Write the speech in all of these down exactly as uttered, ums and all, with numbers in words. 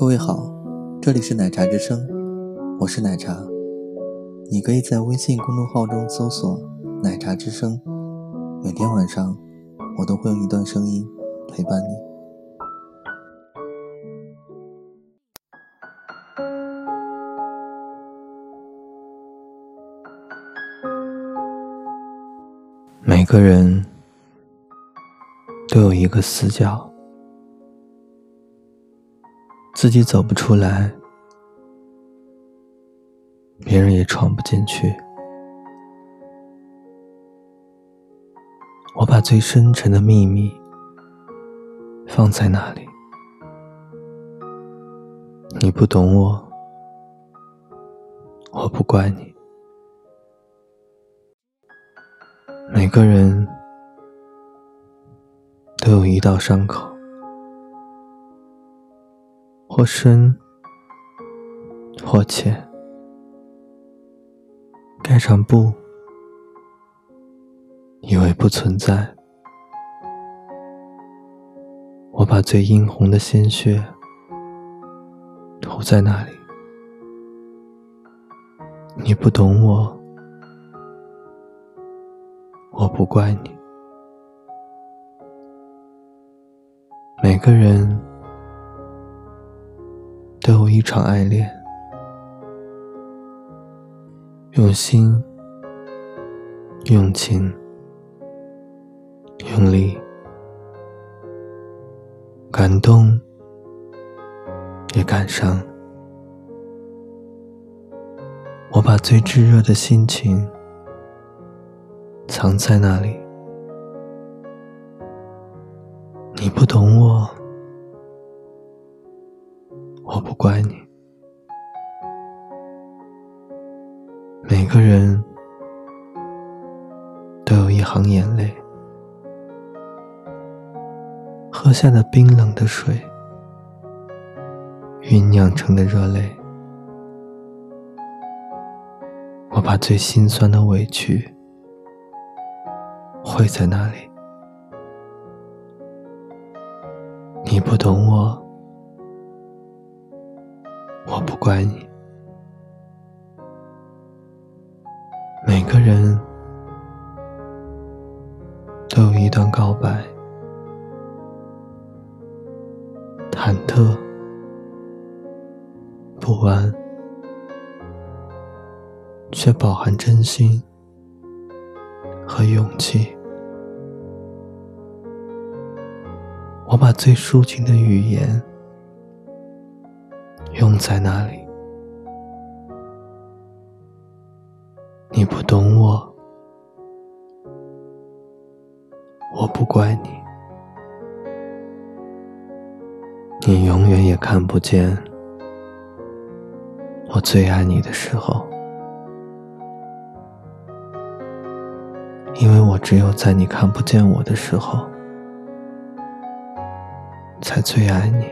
各位好，这里是奶茶之声，我是奶茶。你可以在微信公众号中搜索奶茶之声，每天晚上我都会用一段声音陪伴你。每个人都有一个死角，自己走不出来，别人也闯不进去。我把最深沉的秘密放在那里，你不懂我，我不怪你。每个人都有一道伤口，或深或浅，盖上布，以为不存在。我把最殷红的鲜血涂在那里，你不懂我，我不怪你。每个人都有一场爱恋，用心，用情，用力，感动也感伤。我把最炙热的心情藏在那里，你不懂我，我不怪你。每个人都有一行眼泪，喝下的冰冷的水，酝酿成的热泪。我把最心酸的委屈汇在那里，你不懂我，我不怪你。每个人都有一段告白，忐忑，不安，却饱含真心和勇气。我把最抒情的语言用在那里，你不懂我，我不怪你。你永远也看不见我最爱你的时候，因为我只有在你看不见我的时候才最爱你。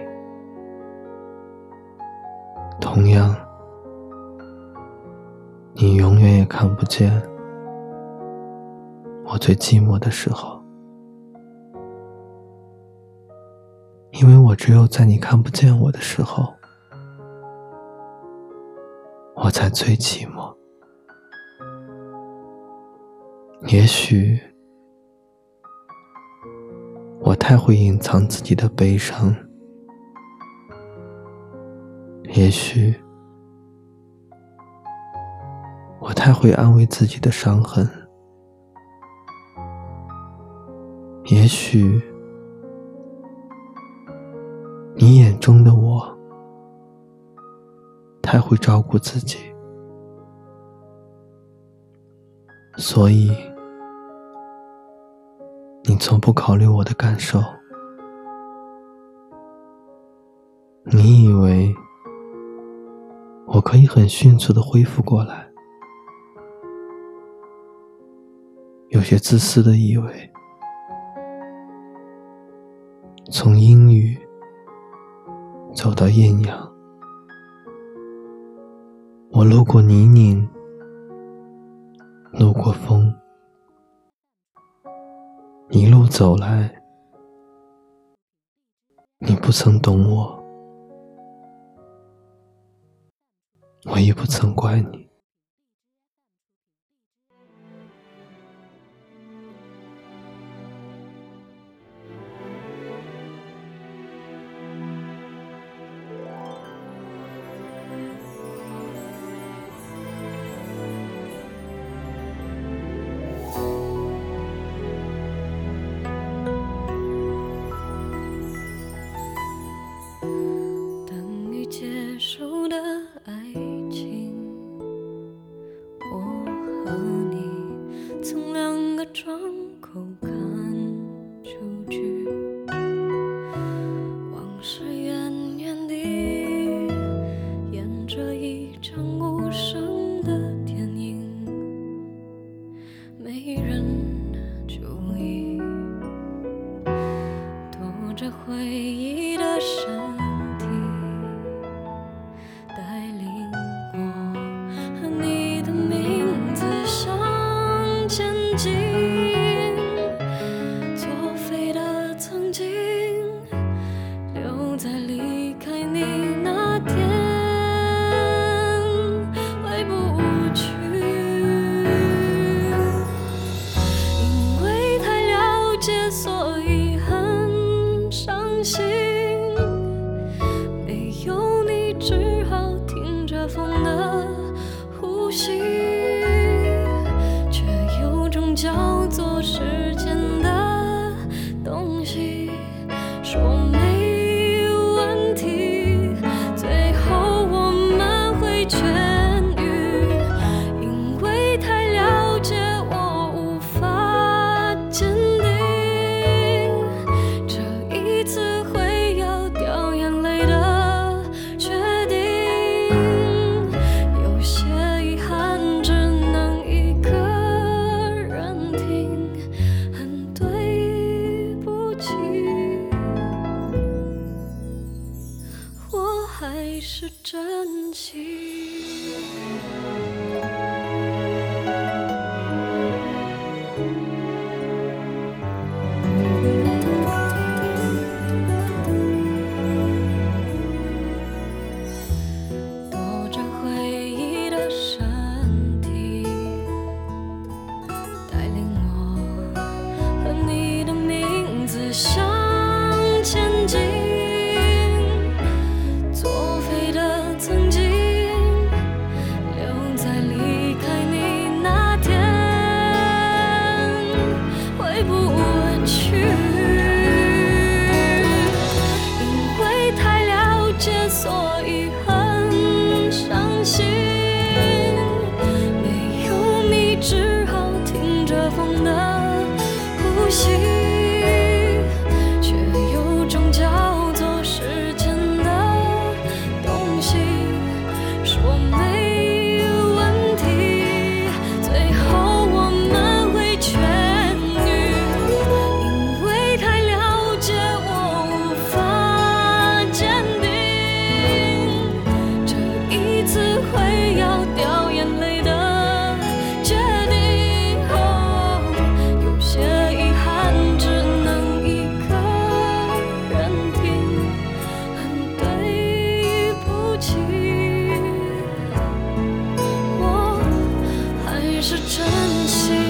同样，你永远也看不见我最寂寞的时候，因为我只有在你看不见我的时候，我才最寂寞。也许我太会隐藏自己的悲伤，也许我太会安慰自己的伤痕，也许你眼中的我太会照顾自己，所以你从不考虑我的感受。你以为我可以很迅速地恢复过来，有些自私地以为从阴雨走到艳阳，我路过泥泞，路过风，一路走来，你不曾懂我， 我亦不曾怪你。 等你接受的爱情，我和你从两个窗口看出去，往事远远地演着一场无声的电影，没人注意，躲着回忆的身体，带领我和你的名字向前进，作废的曾经留在离开你那天回不去，因为太了解所以很伤心，没有你只好听着风的呼吸，却有种叫做时间的东西说没问题，最后我们会痊愈，因为太了解我无法坚定这一次会要掉眼泪的决定，有些遗憾只能一个人听，很对不起，我还是珍惜。躲着回忆的身体，带领我和你的名字向前进，作废的曾经留在离开你那天回不去，因为太了解所以很伤心，没有你只好听着风的呼吸，却有种叫做时间的东西说没问题，最后我们会痊愈，因为太了解我无法坚定这一次会要掉眼泪的决定，哦，有些遗憾只能一个人听，很对不起，我还是珍惜。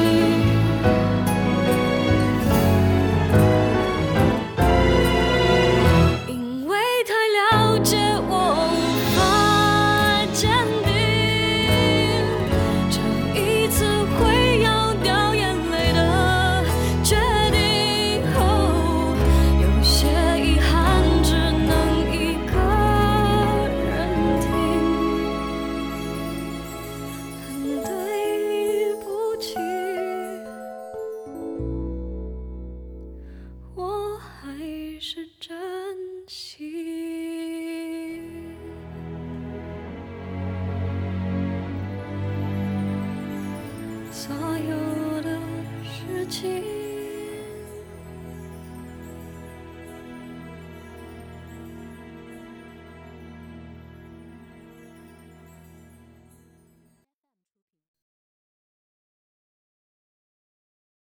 因为太了解我无法坚定这一次会要掉眼泪的决定，哦，有些遗憾只能一个人听，很对不起，我还是珍